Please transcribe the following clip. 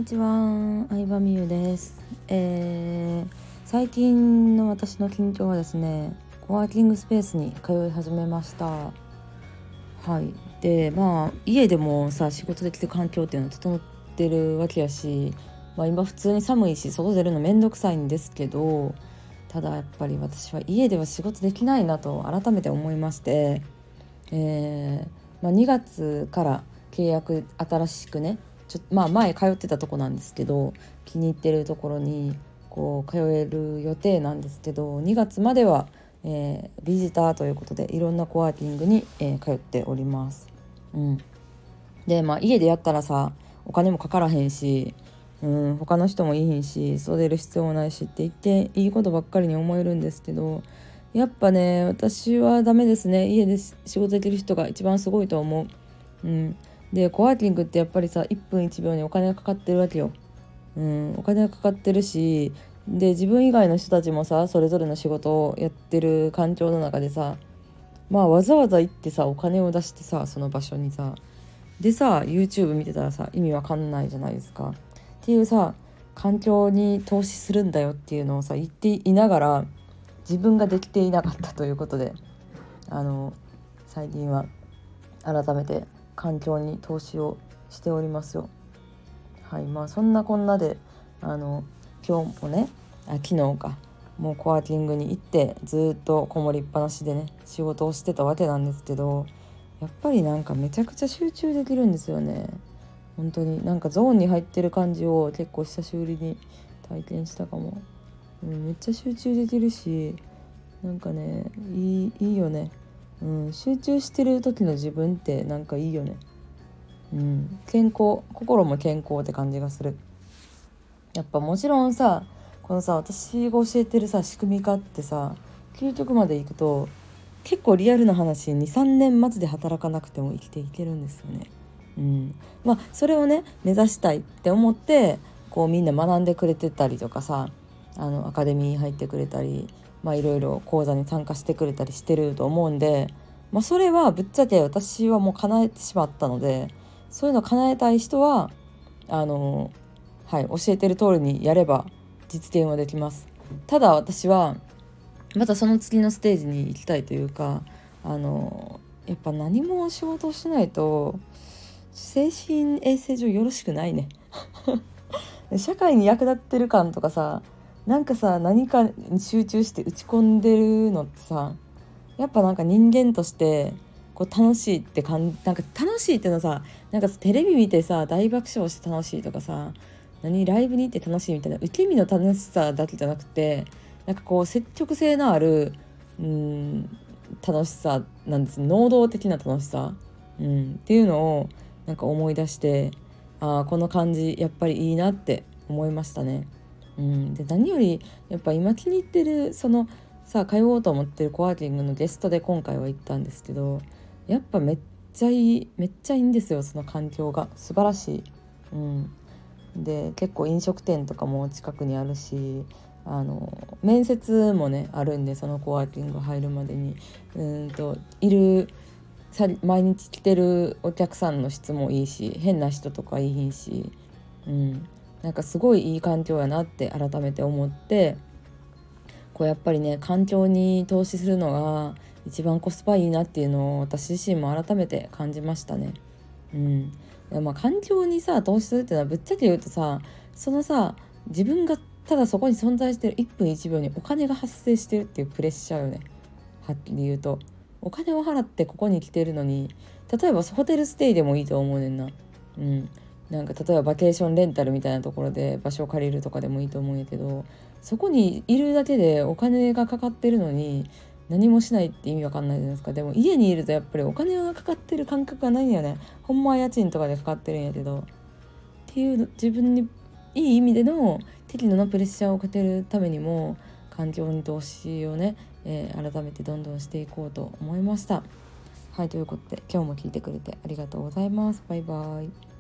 にちは、相葉美優です。最近の私の近況はですね、コワーキングスペースに通い始めました。はい。で、家でもさ、仕事できる環境っていうのは整ってるわけやし、今普通に寒いし外出るのめんどくさいんですけど、ただやっぱり私は家では仕事できないなと改めて思いまして、2月から契約新しくね、前通ってたとこなんですけど、気に入ってるところに通える予定なんですけど、2月までは、ビジターということでいろんなコワーキングに、通っております。で、家でやったらさ、お金もかからへんし、他の人もいいひんし、そう出る必要もないしって言っていいことばっかりに思えるんですけど、やっぱね、私はダメですね。家で仕事できる人が一番すごいと思う。で、コワーキングってやっぱりさ、1分1秒にお金がかかってるわけよ。お金がかかってるし、で、自分以外の人たちもさ、それぞれの仕事をやってる環境の中でさ、わざわざ行ってさ、お金を出してさ、その場所にさ、でさ、 YouTube 見てたらさ、意味わかんないじゃないですかっていうさ、環境に投資するんだよっていうのをさ言っていながら、自分ができていなかったということで、最近は改めて環境に投資をしておりますよ。はい。そんなこんなで今日もね、昨日か、もうコワーキングに行ってずっとこもりっぱなしでね、仕事をしてたわけなんですけど、やっぱりなんかめちゃくちゃ集中できるんですよね。本当になんかゾーンに入ってる感じを結構久しぶりに体験したかも。めっちゃ集中できるし、なんかね、いいよね。集中してる時の自分ってなんかいいよね。健康、心も健康って感じがする。やっぱもちろんさ、このさ、私が教えてるさ、仕組み化ってさ、究極までいくと結構リアルな話、 2,3 年マジで働かなくても生きていけるんですよね。それをね目指したいって思ってみんな学んでくれてたりとかさ、アカデミーに入ってくれたり、いろいろ講座に参加してくれたりしてると思うんで、それはぶっちゃけ私はもう叶えてしまったので、そういうの叶えたい人は教えてる通りにやれば実現はできます。ただ私はまたその次のステージに行きたいというか、やっぱ何も仕事をしないと精神衛生上よろしくないね。社会に役立ってる感とかさ、なんかさ、何かに集中して打ち込んでるのってさ、やっぱなんか人間として楽しいってなんか楽しいっていうのはさ、なんかテレビ見てさ大爆笑して楽しいとかさ、ライブに行って楽しいみたいな受け身の楽しさだけじゃなくて、なんか積極性のある楽しさなんです。能動的な楽しさ、っていうのをなんか思い出して、この感じやっぱりいいなって思いましたね。で、何よりやっぱ今気に入ってるそのさ、通おうと思ってるコワーキングのゲストで今回は行ったんですけど、やっぱめっちゃいいんですよ。その環境が素晴らしい。で、結構飲食店とかも近くにあるし、面接もねあるんで、そのコワーキング入るまでにいる毎日来てるお客さんの質もいいし、変な人とかいいし、なんかすごいいい環境やなって改めて思って、やっぱりね、環境に投資するのが一番コスパいいなっていうのを私自身も改めて感じましたね。環境にさ投資するっていうのはぶっちゃけ言うとさ、そのさ、自分がただそこに存在してる1分1秒にお金が発生してるっていうプレッシャーよね。はっきり言うと、お金を払ってここに来てるのに、例えばホテルステイでもいいと思うねんな。なんか例えばバケーションレンタルみたいなところで場所を借りるとかでもいいと思うんやけど、そこにいるだけでお金がかかってるのに何もしないって意味わかんないじゃないですか。でも家にいるとやっぱりお金がかかってる感覚がないんだよね。ほんまは家賃とかでかかってるんやけど、っていう自分にいい意味での適度なプレッシャーをかけるためにも環境に投資をね、改めてどんどんしていこうと思いました。はい、ということで今日も聞いてくれてありがとうございます。バイバイ。